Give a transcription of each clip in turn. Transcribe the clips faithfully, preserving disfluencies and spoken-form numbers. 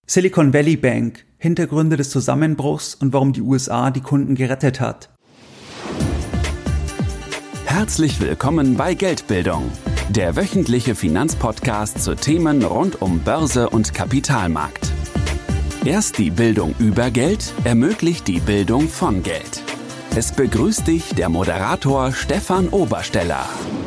Silicon Valley Bank, Hintergründe des Zusammenbruchs und warum die U S A die Kunden gerettet hat. Herzlich willkommen bei Geldbildung, der wöchentliche Finanzpodcast zu Themen rund um Börse und Kapitalmarkt. Erst die Bildung über Geld ermöglicht die Bildung von Geld. Es begrüßt dich der Moderator Stefan Obersteller.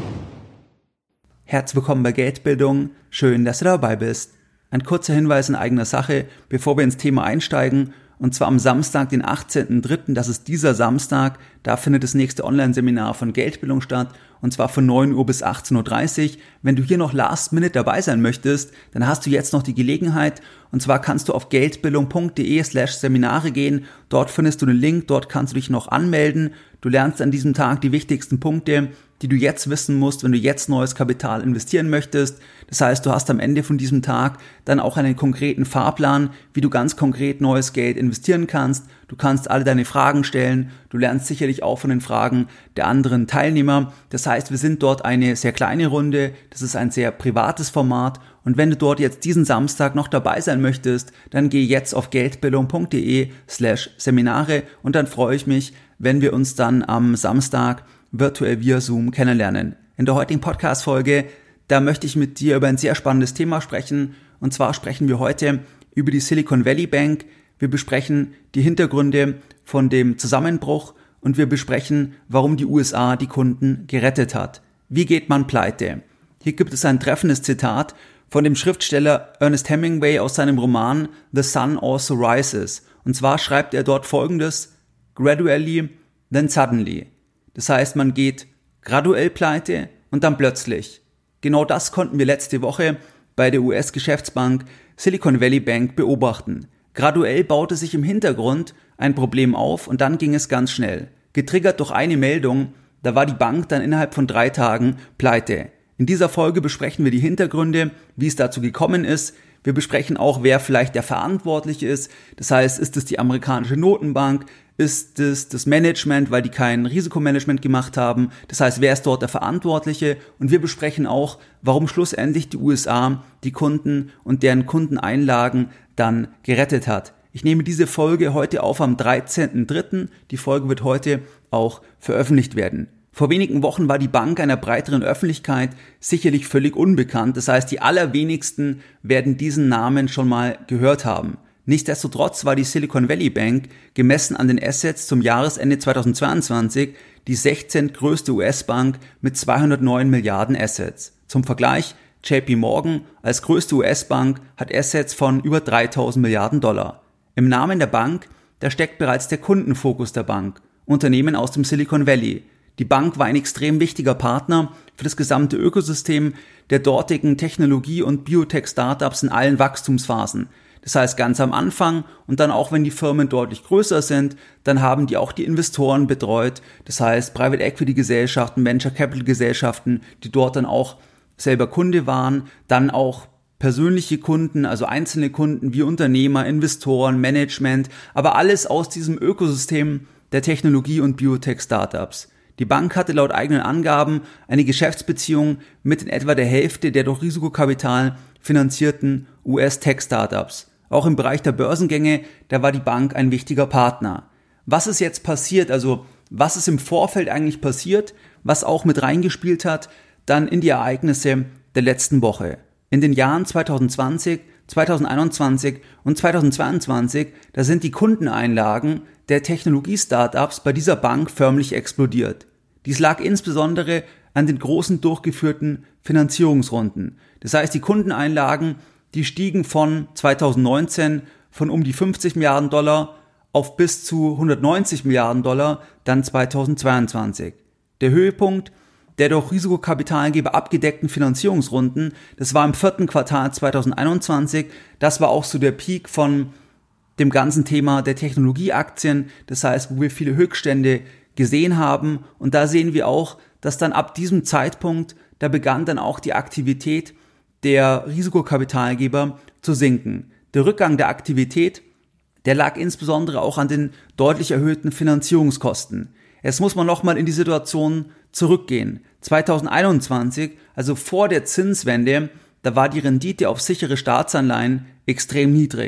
Herzlich willkommen bei Geldbildung, schön, dass du dabei bist. Ein kurzer Hinweis in eigener Sache, bevor wir ins Thema einsteigen, und zwar am Samstag, den achtzehnten dritten, das ist dieser Samstag, da findet das nächste Online-Seminar von Geldbildung statt, und zwar von neun Uhr bis achtzehn Uhr dreißig. Wenn du hier noch last minute dabei sein möchtest, dann hast du jetzt noch die Gelegenheit, und zwar kannst du auf geldbildung.de slash Seminare gehen, dort findest du den Link, dort kannst du dich noch anmelden, du lernst an diesem Tag die wichtigsten Punkte, die du jetzt wissen musst, wenn du jetzt neues Kapital investieren möchtest. Das heißt, du hast am Ende von diesem Tag dann auch einen konkreten Fahrplan, wie du ganz konkret neues Geld investieren kannst. Du kannst alle deine Fragen stellen. Du lernst sicherlich auch von den Fragen der anderen Teilnehmer. Das heißt, wir sind dort eine sehr kleine Runde. Das ist ein sehr privates Format. Und wenn du dort jetzt diesen Samstag noch dabei sein möchtest, dann geh jetzt auf geldbildung.de slash Seminare und dann freue ich mich, wenn wir uns dann am Samstag virtuell via Zoom kennenlernen. In der heutigen Podcast-Folge, da möchte ich mit dir über ein sehr spannendes Thema sprechen. Und zwar sprechen wir heute über die Silicon Valley Bank. Wir besprechen die Hintergründe von dem Zusammenbruch und wir besprechen, warum die U S A die Kunden gerettet hat. Wie geht man pleite? Hier gibt es ein treffendes Zitat von dem Schriftsteller Ernest Hemingway aus seinem Roman The Sun Also Rises. Und zwar schreibt er dort Folgendes: Gradually, then suddenly. Das heißt, man geht graduell pleite und dann plötzlich. Genau das konnten wir letzte Woche bei der U S-Geschäftsbank Silicon Valley Bank beobachten. Graduell baute sich im Hintergrund ein Problem auf und dann ging es ganz schnell. Getriggert durch eine Meldung, da war die Bank dann innerhalb von drei Tagen pleite. In dieser Folge besprechen wir die Hintergründe, wie es dazu gekommen ist. Wir besprechen auch, wer vielleicht der Verantwortliche ist. Das heißt, ist es die amerikanische Notenbank? Ist es das Management, weil die kein Risikomanagement gemacht haben? Das heißt, wer ist dort der Verantwortliche? Und wir besprechen auch, warum schlussendlich die U S A die Kunden und deren Kundeneinlagen dann gerettet hat. Ich nehme diese Folge heute auf am dreizehnten dritten Die Folge wird heute auch veröffentlicht werden. Vor wenigen Wochen war die Bank einer breiteren Öffentlichkeit sicherlich völlig unbekannt. Das heißt, die allerwenigsten werden diesen Namen schon mal gehört haben. Nichtsdestotrotz war die Silicon Valley Bank gemessen an den Assets zum Jahresende zweitausendzweiundzwanzig die sechzehntgrößte U S-Bank mit zweihundertneun Milliarden Assets. Zum Vergleich, J P Morgan als größte U S-Bank hat Assets von über dreitausend Milliarden Dollar. Im Namen der Bank, da steckt bereits der Kundenfokus der Bank, Unternehmen aus dem Silicon Valley. Die Bank war ein extrem wichtiger Partner für das gesamte Ökosystem der dortigen Technologie- und Biotech-Startups in allen Wachstumsphasen. Das heißt, ganz am Anfang und dann auch, wenn die Firmen deutlich größer sind, dann haben die auch die Investoren betreut. Das heißt, Private Equity Gesellschaften, Venture Capital Gesellschaften, die dort dann auch selber Kunde waren, dann auch persönliche Kunden, also einzelne Kunden wie Unternehmer, Investoren, Management, aber alles aus diesem Ökosystem der Technologie- und Biotech-Startups. Die Bank hatte laut eigenen Angaben eine Geschäftsbeziehung mit in etwa der Hälfte der durch Risikokapital finanzierten U S-Tech-Startups. Auch im Bereich der Börsengänge, da war die Bank ein wichtiger Partner. Was ist jetzt passiert, also was ist im Vorfeld eigentlich passiert, was auch mit reingespielt hat, dann in die Ereignisse der letzten Woche. In den Jahren zweitausendzwanzig, zweitausendeinundzwanzig und zweitausendzweiundzwanzig, da sind die Kundeneinlagen der Technologie-Startups bei dieser Bank förmlich explodiert. Dies lag insbesondere an den großen durchgeführten Finanzierungsrunden. Das heißt, die Kundeneinlagen, die stiegen von zweitausendneunzehn von um die fünfzig Milliarden Dollar auf bis zu hundertneunzig Milliarden Dollar dann zweitausendzweiundzwanzig. Der Höhepunkt der durch Risikokapitalgeber abgedeckten Finanzierungsrunden, das war im vierten Quartal zweitausendeinundzwanzig, das war auch so der Peak von dem ganzen Thema der Technologieaktien, das heißt, wo wir viele Höchststände gesehen haben, und da sehen wir auch, dass dann ab diesem Zeitpunkt, da begann dann auch die Aktivität der Risikokapitalgeber zu sinken. Der Rückgang der Aktivität, der lag insbesondere auch an den deutlich erhöhten Finanzierungskosten. Jetzt muss man nochmal in die Situation zurückgehen. zweitausendeinundzwanzig, also vor der Zinswende, da war die Rendite auf sichere Staatsanleihen extrem niedrig.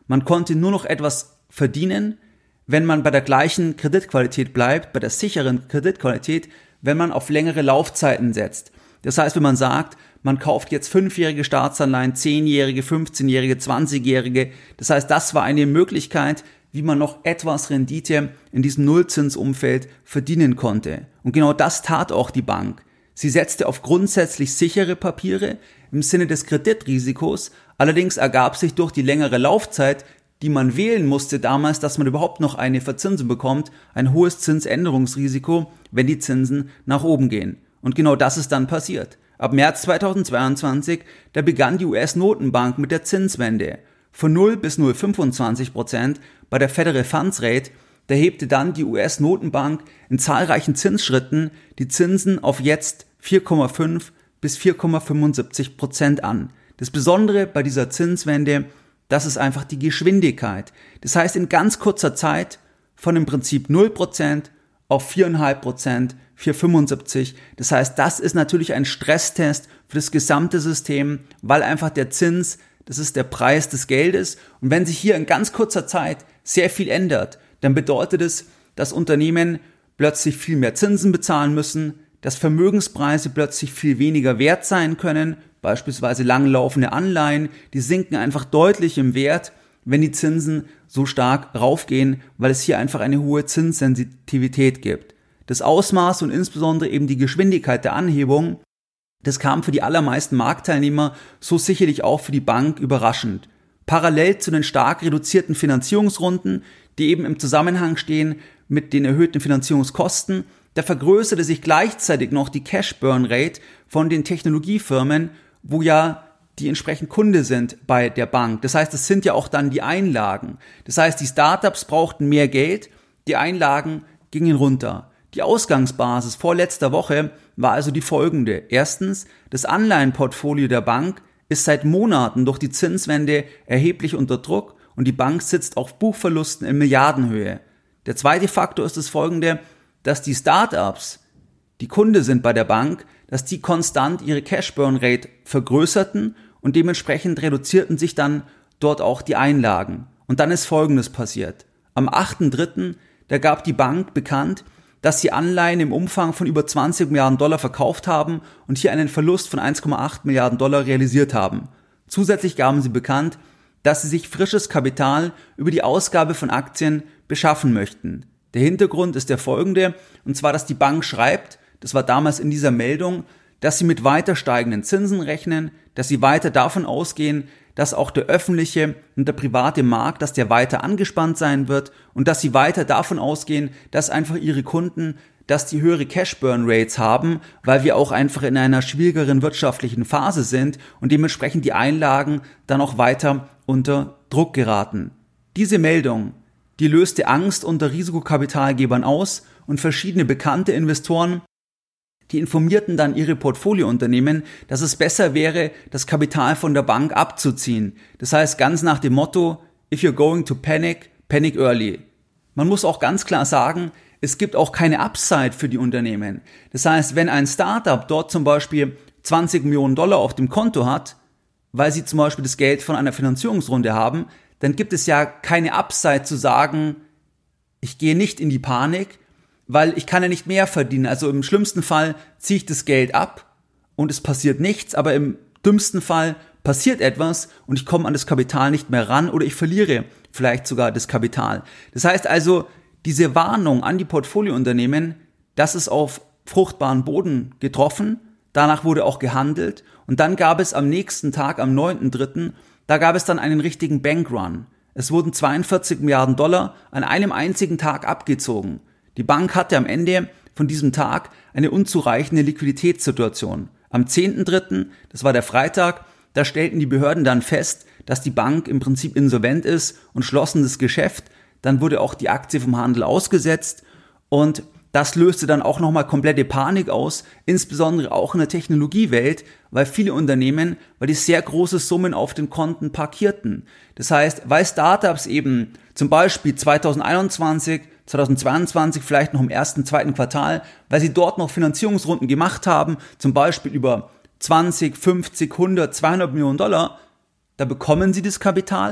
Man konnte nur noch etwas verdienen, wenn man bei der gleichen Kreditqualität bleibt, bei der sicheren Kreditqualität, wenn man auf längere Laufzeiten setzt. Das heißt, wenn man sagt, man kauft jetzt fünfjährige Staatsanleihen, zehnjährige, fünfzehnjährige, zwanzigjährige. Das heißt, das war eine Möglichkeit, wie man noch etwas Rendite in diesem Nullzinsumfeld verdienen konnte. Und genau das tat auch die Bank. Sie setzte auf grundsätzlich sichere Papiere im Sinne des Kreditrisikos. Allerdings ergab sich durch die längere Laufzeit, die man wählen musste damals, dass man überhaupt noch eine Verzinsung bekommt, ein hohes Zinsänderungsrisiko, wenn die Zinsen nach oben gehen. Und genau das ist dann passiert. Ab März zweitausendzweiundzwanzig, da begann die U S-Notenbank mit der Zinswende. Von null bis null Komma fünfundzwanzig Prozent bei der Federal Funds Rate, da hebte dann die U S-Notenbank in zahlreichen Zinsschritten die Zinsen auf jetzt vier Komma fünf bis vier Komma fünfundsiebzig Prozent an. Das Besondere bei dieser Zinswende, das ist einfach die Geschwindigkeit. Das heißt, in ganz kurzer Zeit von im Prinzip null Prozent auf vier Komma fünf Prozent, vier Komma fünfundsiebzig. Das heißt, das ist natürlich ein Stresstest für das gesamte System, weil einfach der Zins, das ist der Preis des Geldes. Und wenn sich hier in ganz kurzer Zeit sehr viel ändert, dann bedeutet es, dass Unternehmen plötzlich viel mehr Zinsen bezahlen müssen, dass Vermögenspreise plötzlich viel weniger wert sein können, beispielsweise langlaufende Anleihen, die sinken einfach deutlich im Wert, wenn die Zinsen so stark raufgehen, weil es hier einfach eine hohe Zinssensitivität gibt. Das Ausmaß und insbesondere eben die Geschwindigkeit der Anhebung, das kam für die allermeisten Marktteilnehmer, so sicherlich auch für die Bank, überraschend. Parallel zu den stark reduzierten Finanzierungsrunden, die eben im Zusammenhang stehen mit den erhöhten Finanzierungskosten, da vergrößerte sich gleichzeitig noch die Cash-Burn-Rate von den Technologiefirmen, wo ja die entsprechend Kunde sind bei der Bank. Das heißt, es sind ja auch dann die Einlagen. Das heißt, die Startups brauchten mehr Geld, die Einlagen gingen runter. Die Ausgangsbasis vor letzter Woche war also die folgende. Erstens, das Anleihenportfolio der Bank ist seit Monaten durch die Zinswende erheblich unter Druck und die Bank sitzt auf Buchverlusten in Milliardenhöhe. Der zweite Faktor ist das folgende, dass die Startups, die Kunde sind bei der Bank, dass die konstant ihre Cash-Burn-Rate vergrößerten und dementsprechend reduzierten sich dann dort auch die Einlagen. Und dann ist Folgendes passiert. Am achten dritten da gab die Bank bekannt, dass sie Anleihen im Umfang von über zwanzig Milliarden Dollar verkauft haben und hier einen Verlust von eins Komma acht Milliarden Dollar realisiert haben. Zusätzlich gaben sie bekannt, dass sie sich frisches Kapital über die Ausgabe von Aktien beschaffen möchten. Der Hintergrund ist der folgende, und zwar, dass die Bank schreibt, das war damals in dieser Meldung, dass sie mit weiter steigenden Zinsen rechnen, dass sie weiter davon ausgehen, dass auch der öffentliche und der private Markt, dass der weiter angespannt sein wird und dass sie weiter davon ausgehen, dass einfach ihre Kunden, dass die höhere Cash-Burn-Rates haben, weil wir auch einfach in einer schwierigeren wirtschaftlichen Phase sind und dementsprechend die Einlagen dann auch weiter unter Druck geraten. Diese Meldung, die löste Angst unter Risikokapitalgebern aus und verschiedene bekannte Investoren, die informierten dann ihre Portfoliounternehmen, dass es besser wäre, das Kapital von der Bank abzuziehen. Das heißt ganz nach dem Motto, if you're going to panic, panic early. Man muss auch ganz klar sagen, es gibt auch keine Upside für die Unternehmen. Das heißt, wenn ein Startup dort zum Beispiel zwanzig Millionen Dollar auf dem Konto hat, weil sie zum Beispiel das Geld von einer Finanzierungsrunde haben, dann gibt es ja keine Upside zu sagen, ich gehe nicht in die Panik, weil ich kann ja nicht mehr verdienen. Also im schlimmsten Fall ziehe ich das Geld ab und es passiert nichts, aber im dümmsten Fall passiert etwas und ich komme an das Kapital nicht mehr ran oder ich verliere vielleicht sogar das Kapital. Das heißt also, diese Warnung an die Portfoliounternehmen, das ist auf fruchtbaren Boden getroffen, danach wurde auch gehandelt und dann gab es am nächsten Tag, am neunten dritten, da gab es dann einen richtigen Bankrun. Es wurden zweiundvierzig Milliarden Dollar an einem einzigen Tag abgezogen. Die Bank hatte am Ende von diesem Tag eine unzureichende Liquiditätssituation. Am zehnten dritten, das war der Freitag, da stellten die Behörden dann fest, dass die Bank im Prinzip insolvent ist und schlossen das Geschäft. Dann wurde auch die Aktie vom Handel ausgesetzt und das löste dann auch nochmal komplette Panik aus, insbesondere auch in der Technologiewelt, weil viele Unternehmen, weil die sehr große Summen auf den Konten parkierten. Das heißt, weil Startups eben zum Beispiel zweitausendeinundzwanzig, zweitausendzweiundzwanzig, vielleicht noch im ersten, zweiten Quartal, weil sie dort noch Finanzierungsrunden gemacht haben, zum Beispiel über zwanzig, fünfzig, hundert, zweihundert Millionen Dollar, da bekommen sie das Kapital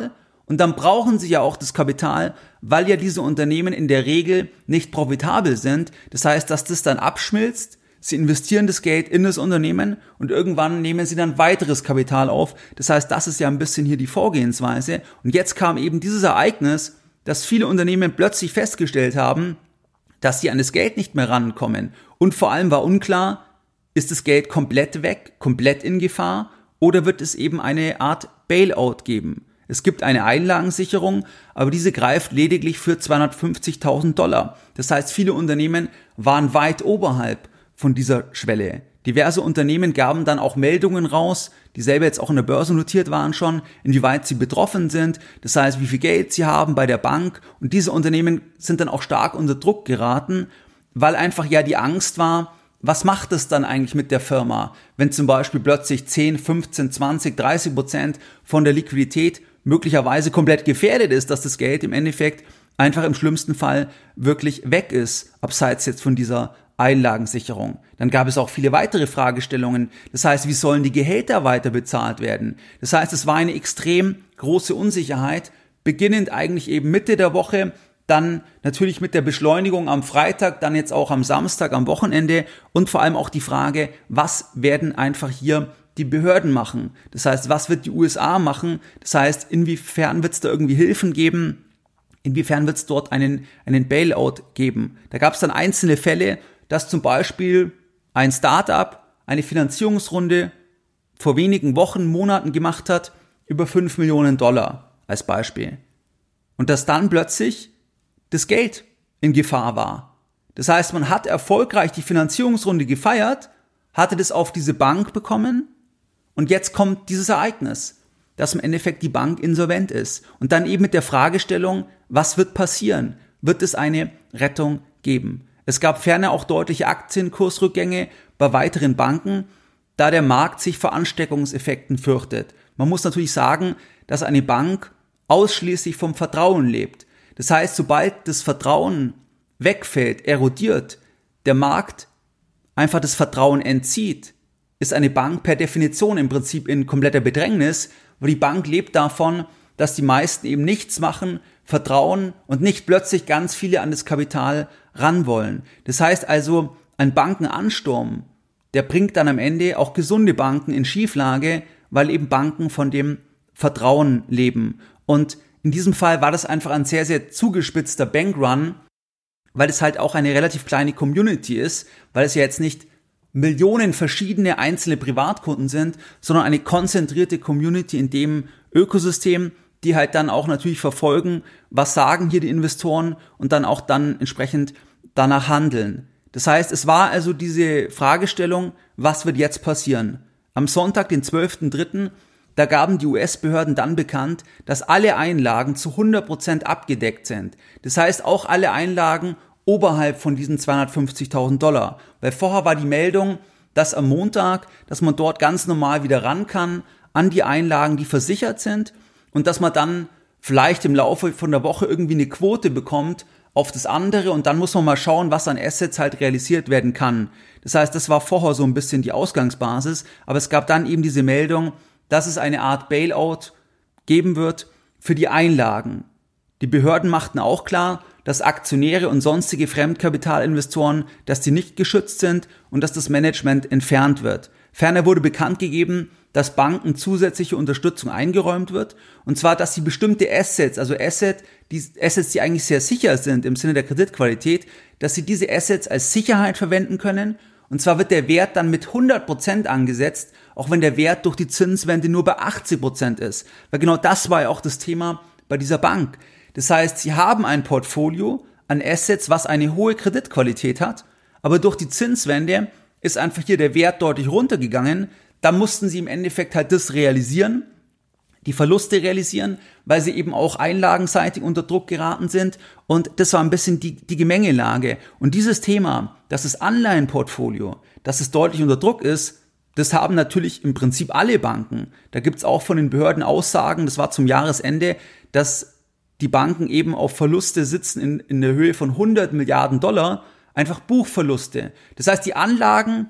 Und dann brauchen sie ja auch das Kapital, weil ja diese Unternehmen in der Regel nicht profitabel sind. Das heißt, dass das dann abschmilzt. Sie investieren das Geld in das Unternehmen und irgendwann nehmen sie dann weiteres Kapital auf. Das heißt, das ist ja ein bisschen hier die Vorgehensweise. Und jetzt kam eben dieses Ereignis, dass viele Unternehmen plötzlich festgestellt haben, dass sie an das Geld nicht mehr rankommen. Und vor allem war unklar, ist das Geld komplett weg, komplett in Gefahr oder wird es eben eine Art Bailout geben? Es gibt eine Einlagensicherung, aber diese greift lediglich für zweihundertfünfzigtausend Dollar. Das heißt, viele Unternehmen waren weit oberhalb von dieser Schwelle. Diverse Unternehmen gaben dann auch Meldungen raus, die selber jetzt auch in der Börse notiert waren schon, inwieweit sie betroffen sind, das heißt, wie viel Geld sie haben bei der Bank. Und diese Unternehmen sind dann auch stark unter Druck geraten, weil einfach ja die Angst war, was macht es dann eigentlich mit der Firma, wenn zum Beispiel plötzlich zehn, fünfzehn, zwanzig, dreißig Prozent von der Liquidität möglicherweise komplett gefährdet ist, dass das Geld im Endeffekt einfach im schlimmsten Fall wirklich weg ist, abseits jetzt von dieser Einlagensicherung. Dann gab es auch viele weitere Fragestellungen. Das heißt, wie sollen die Gehälter weiter bezahlt werden? Das heißt, es war eine extrem große Unsicherheit, beginnend eigentlich eben Mitte der Woche, dann natürlich mit der Beschleunigung am Freitag, dann jetzt auch am Samstag, am Wochenende und vor allem auch die Frage, was werden einfach hier die Behörden machen? Das heißt, was wird die U S A machen? Das heißt, inwiefern wird es da irgendwie Hilfen geben? Inwiefern wird es dort einen, einen Bailout geben? Da gab es dann einzelne Fälle, dass zum Beispiel ein Startup eine Finanzierungsrunde vor wenigen Wochen, Monaten gemacht hat, über fünf Millionen Dollar als Beispiel. Und dass dann plötzlich das Geld in Gefahr war. Das heißt, man hat erfolgreich die Finanzierungsrunde gefeiert, hatte das auf diese Bank bekommen und jetzt kommt dieses Ereignis, dass im Endeffekt die Bank insolvent ist. Und dann eben mit der Fragestellung, was wird passieren? Wird es eine Rettung geben? Es gab ferner auch deutliche Aktienkursrückgänge bei weiteren Banken, da der Markt sich vor Ansteckungseffekten fürchtet. Man muss natürlich sagen, dass eine Bank ausschließlich vom Vertrauen lebt. Das heißt, sobald das Vertrauen wegfällt, erodiert, der Markt einfach das Vertrauen entzieht, ist eine Bank per Definition im Prinzip in kompletter Bedrängnis, weil die Bank lebt davon, dass die meisten eben nichts machen, vertrauen und nicht plötzlich ganz viele an das Kapital ran wollen. Das heißt also, ein Bankenansturm, der bringt dann am Ende auch gesunde Banken in Schieflage, weil eben Banken von dem Vertrauen leben. Und in diesem Fall war das einfach ein sehr, sehr zugespitzter Bankrun, weil es halt auch eine relativ kleine Community ist, weil es ja jetzt nicht Millionen verschiedene einzelne Privatkunden sind, sondern eine konzentrierte Community in dem Ökosystem, die halt dann auch natürlich verfolgen, was sagen hier die Investoren und dann auch dann entsprechend danach handeln. Das heißt, es war also diese Fragestellung, was wird jetzt passieren? Am Sonntag, den zwölften dritten, da gaben die U S-Behörden dann bekannt, dass alle Einlagen zu hundert Prozent abgedeckt sind. Das heißt, auch alle Einlagen oberhalb von diesen zweihundertfünfzigtausend Dollar. Weil vorher war die Meldung, dass am Montag, dass man dort ganz normal wieder ran kann an die Einlagen, die versichert sind und dass man dann vielleicht im Laufe von der Woche irgendwie eine Quote bekommt auf das andere und dann muss man mal schauen, was an Assets halt realisiert werden kann. Das heißt, das war vorher so ein bisschen die Ausgangsbasis, aber es gab dann eben diese Meldung, dass es eine Art Bailout geben wird für die Einlagen. Die Behörden machten auch klar, dass Aktionäre und sonstige Fremdkapitalinvestoren, dass die nicht geschützt sind und dass das Management entfernt wird. Ferner wurde bekannt gegeben, dass Banken zusätzliche Unterstützung eingeräumt wird, und zwar, dass sie bestimmte Assets, also Asset, die Assets, die eigentlich sehr sicher sind im Sinne der Kreditqualität, dass sie diese Assets als Sicherheit verwenden können, und zwar wird der Wert dann mit hundert Prozent angesetzt, auch wenn der Wert durch die Zinswende nur bei achtzig Prozent ist, weil genau das war ja auch das Thema bei dieser Bank. Das heißt, sie haben ein Portfolio an Assets, was eine hohe Kreditqualität hat, aber durch die Zinswende ist einfach hier der Wert deutlich runtergegangen. Da mussten sie im Endeffekt halt das realisieren, die Verluste realisieren, weil sie eben auch einlagenseitig unter Druck geraten sind. Und das war ein bisschen die, die Gemengelage. Und dieses Thema, dass das Anleihenportfolio, dass es deutlich unter Druck ist, das haben natürlich im Prinzip alle Banken. Da gibt es auch von den Behörden Aussagen, das war zum Jahresende, dass die Banken eben auf Verluste sitzen in, in der Höhe von hundert Milliarden Dollar, einfach Buchverluste. Das heißt, die Anlagen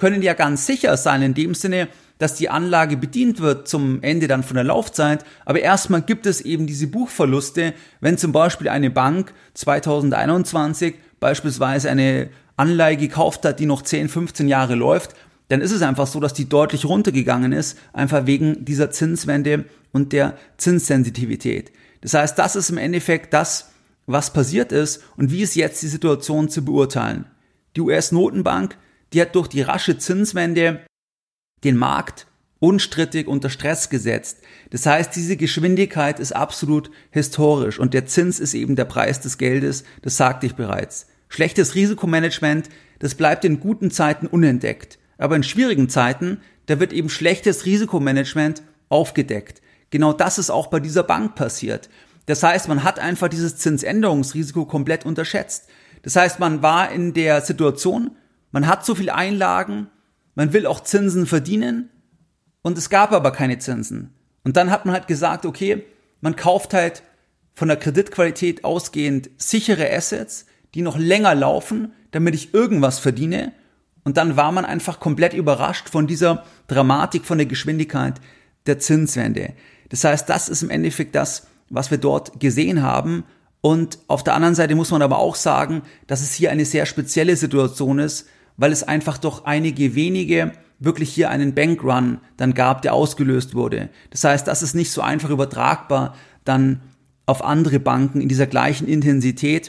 können ja ganz sicher sein in dem Sinne, dass die Anlage bedient wird zum Ende dann von der Laufzeit, aber erstmal gibt es eben diese Buchverluste, wenn zum Beispiel eine Bank zweitausendeinundzwanzig beispielsweise eine Anleihe gekauft hat, die noch zehn, fünfzehn Jahre läuft, dann ist es einfach so, dass die deutlich runtergegangen ist, einfach wegen dieser Zinswende und der Zinssensitivität. Das heißt, das ist im Endeffekt das, was passiert ist und wie ist jetzt die Situation zu beurteilen. Die U S-Notenbank, die hat durch die rasche Zinswende den Markt unstrittig unter Stress gesetzt. Das heißt, diese Geschwindigkeit ist absolut historisch und der Zins ist eben der Preis des Geldes, das sagte ich bereits. Schlechtes Risikomanagement, das bleibt in guten Zeiten unentdeckt. Aber in schwierigen Zeiten, da wird eben schlechtes Risikomanagement aufgedeckt. Genau das ist auch bei dieser Bank passiert. Das heißt, man hat einfach dieses Zinsänderungsrisiko komplett unterschätzt. Das heißt, man war in der Situation, man hat so viel Einlagen, man will auch Zinsen verdienen und es gab aber keine Zinsen. Und dann hat man halt gesagt, okay, man kauft halt von der Kreditqualität ausgehend sichere Assets, die noch länger laufen, damit ich irgendwas verdiene. Und dann war man einfach komplett überrascht von dieser Dramatik, von der Geschwindigkeit der Zinswende. Das heißt, das ist im Endeffekt das, was wir dort gesehen haben. Und auf der anderen Seite muss man aber auch sagen, dass es hier eine sehr spezielle Situation ist, weil es einfach doch einige wenige wirklich hier einen Bankrun dann gab, der ausgelöst wurde. Das heißt, das ist nicht so einfach übertragbar dann auf andere Banken in dieser gleichen Intensität.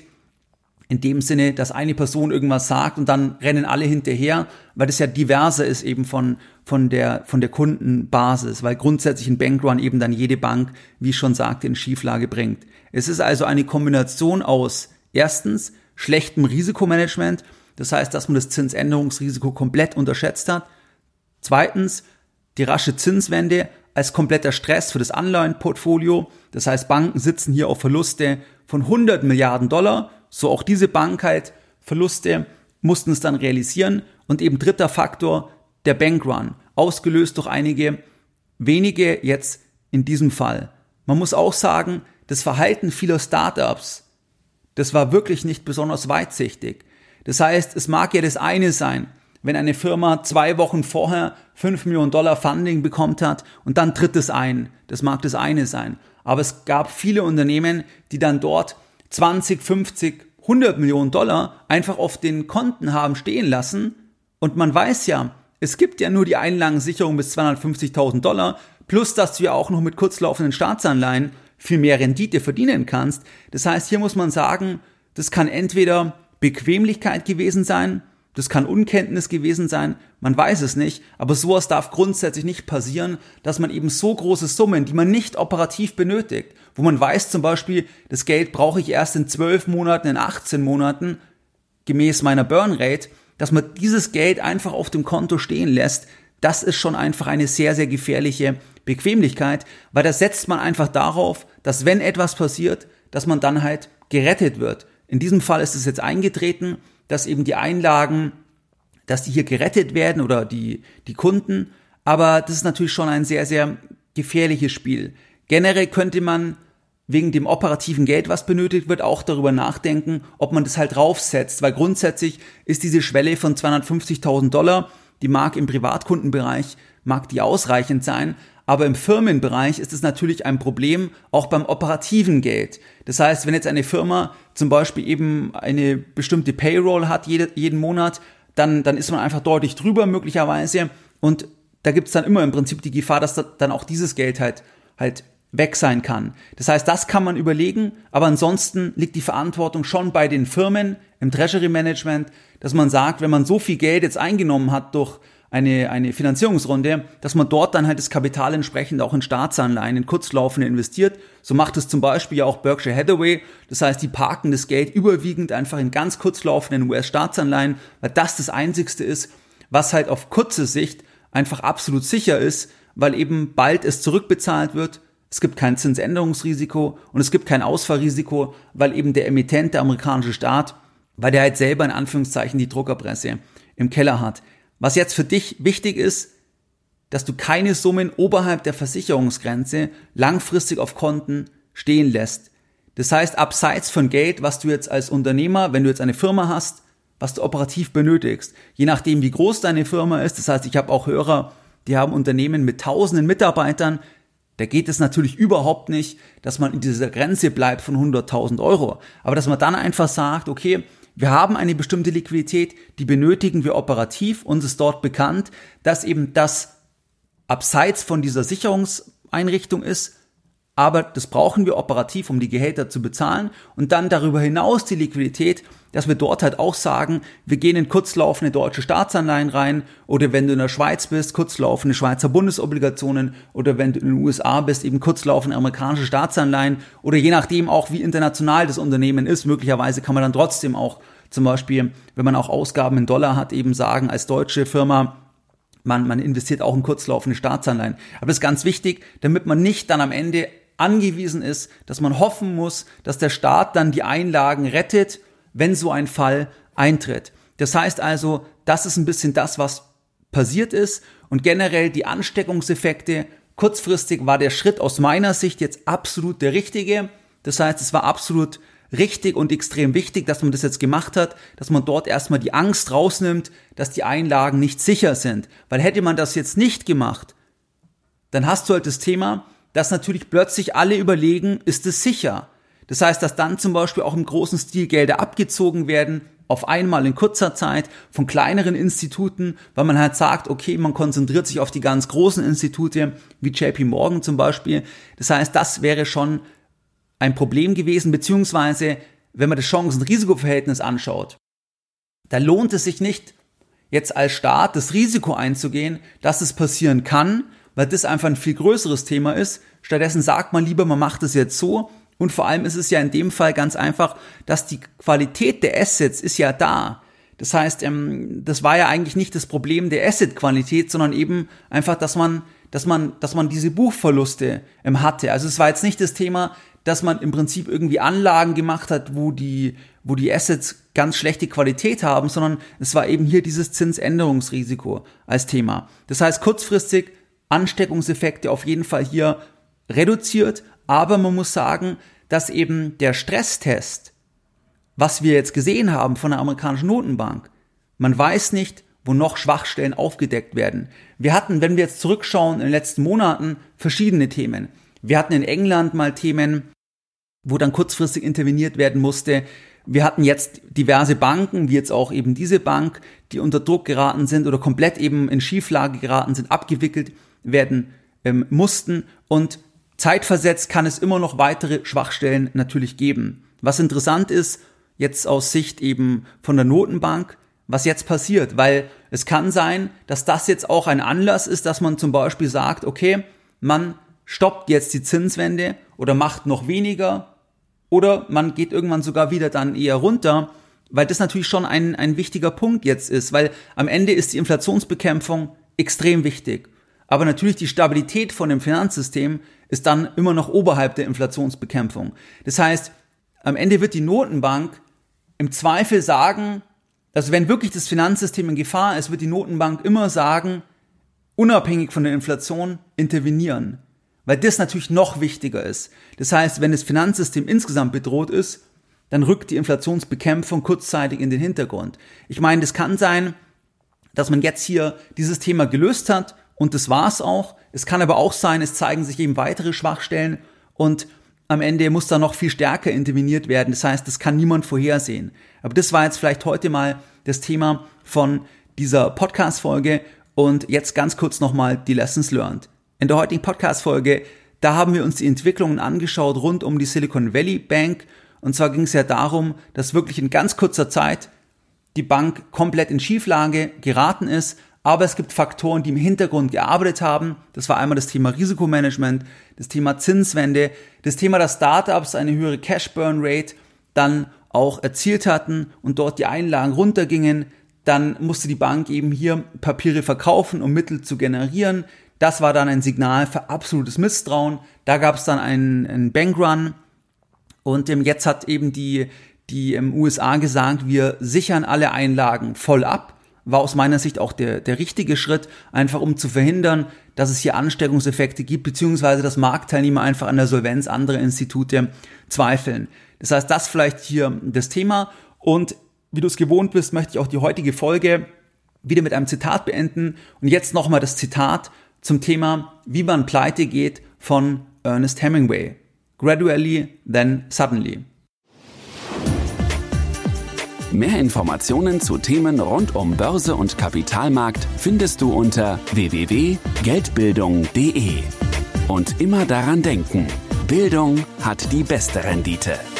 In dem Sinne, dass eine Person irgendwas sagt und dann rennen alle hinterher, weil das ja diverser ist eben von, von der, von der Kundenbasis, weil grundsätzlich ein Bankrun eben dann jede Bank, wie ich schon sagte, in Schieflage bringt. Es ist also eine Kombination aus erstens schlechtem Risikomanagement, das heißt, dass man das Zinsänderungsrisiko komplett unterschätzt hat. Zweitens, die rasche Zinswende als kompletter Stress für das Anleihenportfolio. Das heißt, Banken sitzen hier auf Verluste von hundert Milliarden Dollar. So auch diese Bank halt Verluste mussten es dann realisieren. Und eben dritter Faktor, der Bankrun, ausgelöst durch einige wenige jetzt in diesem Fall. Man muss auch sagen, das Verhalten vieler Startups, das war wirklich nicht besonders weitsichtig. Das heißt, es mag ja das eine sein, wenn eine Firma zwei Wochen vorher fünf Millionen Dollar Funding bekommen hat und dann tritt es ein. Das mag das eine sein. Aber es gab viele Unternehmen, die dann dort zwanzig, fünfzig, hundert Millionen Dollar einfach auf den Konten haben stehen lassen. Und man weiß ja, es gibt ja nur die Einlagensicherung bis zweihundertfünfzigtausend Dollar, plus dass du ja auch noch mit kurzlaufenden Staatsanleihen viel mehr Rendite verdienen kannst. Das heißt, hier muss man sagen, das kann entweder Bequemlichkeit gewesen sein, das kann Unkenntnis gewesen sein, man weiß es nicht, aber sowas darf grundsätzlich nicht passieren, dass man eben so große Summen, die man nicht operativ benötigt, wo man weiß zum Beispiel, das Geld brauche ich erst in zwölf Monaten, in achtzehn Monaten, gemäß meiner Burnrate, dass man dieses Geld einfach auf dem Konto stehen lässt, das ist schon einfach eine sehr, sehr gefährliche Bequemlichkeit, weil da setzt man einfach darauf, dass wenn etwas passiert, dass man dann halt gerettet wird. In diesem Fall ist es jetzt eingetreten, dass eben die Einlagen, dass die hier gerettet werden oder die, die Kunden, aber das ist natürlich schon ein sehr, sehr gefährliches Spiel. Generell könnte man wegen dem operativen Geld, was benötigt wird, auch darüber nachdenken, ob man das halt draufsetzt, weil grundsätzlich ist diese Schwelle von zweihundertfünfzigtausend Dollar, die mag im Privatkundenbereich, mag die ausreichend sein, aber im Firmenbereich ist es natürlich ein Problem, auch beim operativen Geld. Das heißt, wenn jetzt eine Firma zum Beispiel eben eine bestimmte Payroll hat jede, jeden Monat, dann, dann ist man einfach deutlich drüber möglicherweise und da gibt es dann immer im Prinzip die Gefahr, dass da, dann auch dieses Geld halt, halt weg sein kann. Das heißt, das kann man überlegen, aber ansonsten liegt die Verantwortung schon bei den Firmen im Treasury Management, dass man sagt, wenn man so viel Geld jetzt eingenommen hat durch eine, eine Finanzierungsrunde, dass man dort dann halt das Kapital entsprechend auch in Staatsanleihen, in kurzlaufende investiert. So macht es zum Beispiel ja auch Berkshire Hathaway. Das heißt, die parken das Geld überwiegend einfach in ganz kurzlaufenden U S-Staatsanleihen, weil das das Einzigste ist, was halt auf kurze Sicht einfach absolut sicher ist, weil eben bald es zurückbezahlt wird. Es gibt kein Zinsänderungsrisiko und es gibt kein Ausfallrisiko, weil eben der Emittent, der amerikanische Staat, weil der halt selber in Anführungszeichen die Druckerpresse im Keller hat. Was jetzt für dich wichtig ist, dass du keine Summen oberhalb der Versicherungsgrenze langfristig auf Konten stehen lässt. Das heißt, abseits von Geld, was du jetzt als Unternehmer, wenn du jetzt eine Firma hast, was du operativ benötigst. Je nachdem, wie groß deine Firma ist. Das heißt, ich habe auch Hörer, die haben Unternehmen mit tausenden Mitarbeitern. Da geht es natürlich überhaupt nicht, dass man in dieser Grenze bleibt von hunderttausend Euro. Aber dass man dann einfach sagt, okay, wir haben eine bestimmte Liquidität, die benötigen wir operativ. Uns ist dort bekannt, dass eben das abseits von dieser Sicherungseinrichtung ist. Aber das brauchen wir operativ, um die Gehälter zu bezahlen. Und dann darüber hinaus die Liquidität, dass wir dort halt auch sagen, wir gehen in kurzlaufende deutsche Staatsanleihen rein oder wenn du in der Schweiz bist, kurzlaufende Schweizer Bundesobligationen oder wenn du in den U S A bist, eben kurzlaufende amerikanische Staatsanleihen oder je nachdem auch, wie international das Unternehmen ist. Möglicherweise kann man dann trotzdem auch zum Beispiel, wenn man auch Ausgaben in Dollar hat, eben sagen, als deutsche Firma, man, man investiert auch in kurzlaufende Staatsanleihen. Aber das ist ganz wichtig, damit man nicht dann am Ende angewiesen ist, dass man hoffen muss, dass der Staat dann die Einlagen rettet, wenn so ein Fall eintritt. Das heißt also, das ist ein bisschen das, was passiert ist und generell die Ansteckungseffekte. Kurzfristig war der Schritt aus meiner Sicht jetzt absolut der richtige. Das heißt, es war absolut richtig und extrem wichtig, dass man das jetzt gemacht hat, dass man dort erstmal die Angst rausnimmt, dass die Einlagen nicht sicher sind. Weil hätte man das jetzt nicht gemacht, dann hast du halt das Thema, dass natürlich plötzlich alle überlegen, ist es sicher? Das heißt, dass dann zum Beispiel auch im großen Stil Gelder abgezogen werden, auf einmal in kurzer Zeit von kleineren Instituten, weil man halt sagt, okay, man konzentriert sich auf die ganz großen Institute, wie J P Morgan zum Beispiel. Das heißt, das wäre schon ein Problem gewesen, beziehungsweise, wenn man das Chancen-Risiko-Verhältnis anschaut, da lohnt es sich nicht, jetzt als Staat das Risiko einzugehen, dass es passieren kann, weil das einfach ein viel größeres Thema ist. Stattdessen sagt man lieber, man macht es jetzt so. Und vor allem ist es ja in dem Fall ganz einfach, dass die Qualität der Assets ist ja da. Das heißt, ähm, das war ja eigentlich nicht das Problem der Asset-Qualität, sondern eben einfach, dass man, dass man, dass man diese Buchverluste ähm, hatte. Also es war jetzt nicht das Thema, dass man im Prinzip irgendwie Anlagen gemacht hat, wo die, wo die Assets ganz schlechte Qualität haben, sondern es war eben hier dieses Zinsänderungsrisiko als Thema. Das heißt, kurzfristig Ansteckungseffekte auf jeden Fall hier reduziert, aber man muss sagen, dass eben der Stresstest, was wir jetzt gesehen haben von der amerikanischen Notenbank, man weiß nicht, wo noch Schwachstellen aufgedeckt werden. Wir hatten, wenn wir jetzt zurückschauen, in den letzten Monaten verschiedene Themen. Wir hatten in England mal Themen, wo dann kurzfristig interveniert werden musste. Wir hatten jetzt diverse Banken, wie jetzt auch eben diese Bank, die unter Druck geraten sind oder komplett eben in Schieflage geraten sind, abgewickelt werden ähm, mussten. Und zeitversetzt kann es immer noch weitere Schwachstellen natürlich geben. Was interessant ist, jetzt aus Sicht eben von der Notenbank, was jetzt passiert, weil es kann sein, dass das jetzt auch ein Anlass ist, dass man zum Beispiel sagt, okay, man stoppt jetzt die Zinswende oder macht noch weniger oder man geht irgendwann sogar wieder dann eher runter, weil das natürlich schon ein, ein wichtiger Punkt jetzt ist, weil am Ende ist die Inflationsbekämpfung extrem wichtig. Aber natürlich die Stabilität von dem Finanzsystem ist dann immer noch oberhalb der Inflationsbekämpfung. Das heißt, am Ende wird die Notenbank im Zweifel sagen, also wenn wirklich das Finanzsystem in Gefahr ist, wird die Notenbank immer sagen, unabhängig von der Inflation intervenieren. Weil das natürlich noch wichtiger ist. Das heißt, wenn das Finanzsystem insgesamt bedroht ist, dann rückt die Inflationsbekämpfung kurzzeitig in den Hintergrund. Ich meine, das kann sein, dass man jetzt hier dieses Thema gelöst hat und das war's auch. Es kann aber auch sein, es zeigen sich eben weitere Schwachstellen und am Ende muss da noch viel stärker interveniert werden. Das heißt, das kann niemand vorhersehen. Aber das war jetzt vielleicht heute mal das Thema von dieser Podcast-Folge und jetzt ganz kurz nochmal die Lessons learned. In der heutigen Podcast-Folge, da haben wir uns die Entwicklungen angeschaut rund um die Silicon Valley Bank. Und zwar ging es ja darum, dass wirklich in ganz kurzer Zeit die Bank komplett in Schieflage geraten ist. Aber es gibt Faktoren, die im Hintergrund gearbeitet haben. Das war einmal das Thema Risikomanagement, das Thema Zinswende, das Thema, dass Startups eine höhere Cash-Burn-Rate dann auch erzielt hatten und dort die Einlagen runtergingen. Dann musste die Bank eben hier Papiere verkaufen, um Mittel zu generieren. Das war dann ein Signal für absolutes Misstrauen. Da gab es dann einen, einen Bankrun und ähm, jetzt hat eben die, die ähm, U S A gesagt, wir sichern alle Einlagen voll ab. War aus meiner Sicht auch der, der richtige Schritt, einfach um zu verhindern, dass es hier Ansteckungseffekte gibt, beziehungsweise dass Marktteilnehmer einfach an der Solvenz anderer Institute zweifeln. Das heißt, das vielleicht hier das Thema. Und wie du es gewohnt bist, möchte ich auch die heutige Folge wieder mit einem Zitat beenden. Und jetzt nochmal das Zitat zum Thema, wie man pleite geht, von Ernest Hemingway. Gradually, then suddenly. Mehr Informationen zu Themen rund um Börse und Kapitalmarkt findest du unter w w w punkt geldbildung punkt d e. Und immer daran denken, Bildung hat die beste Rendite.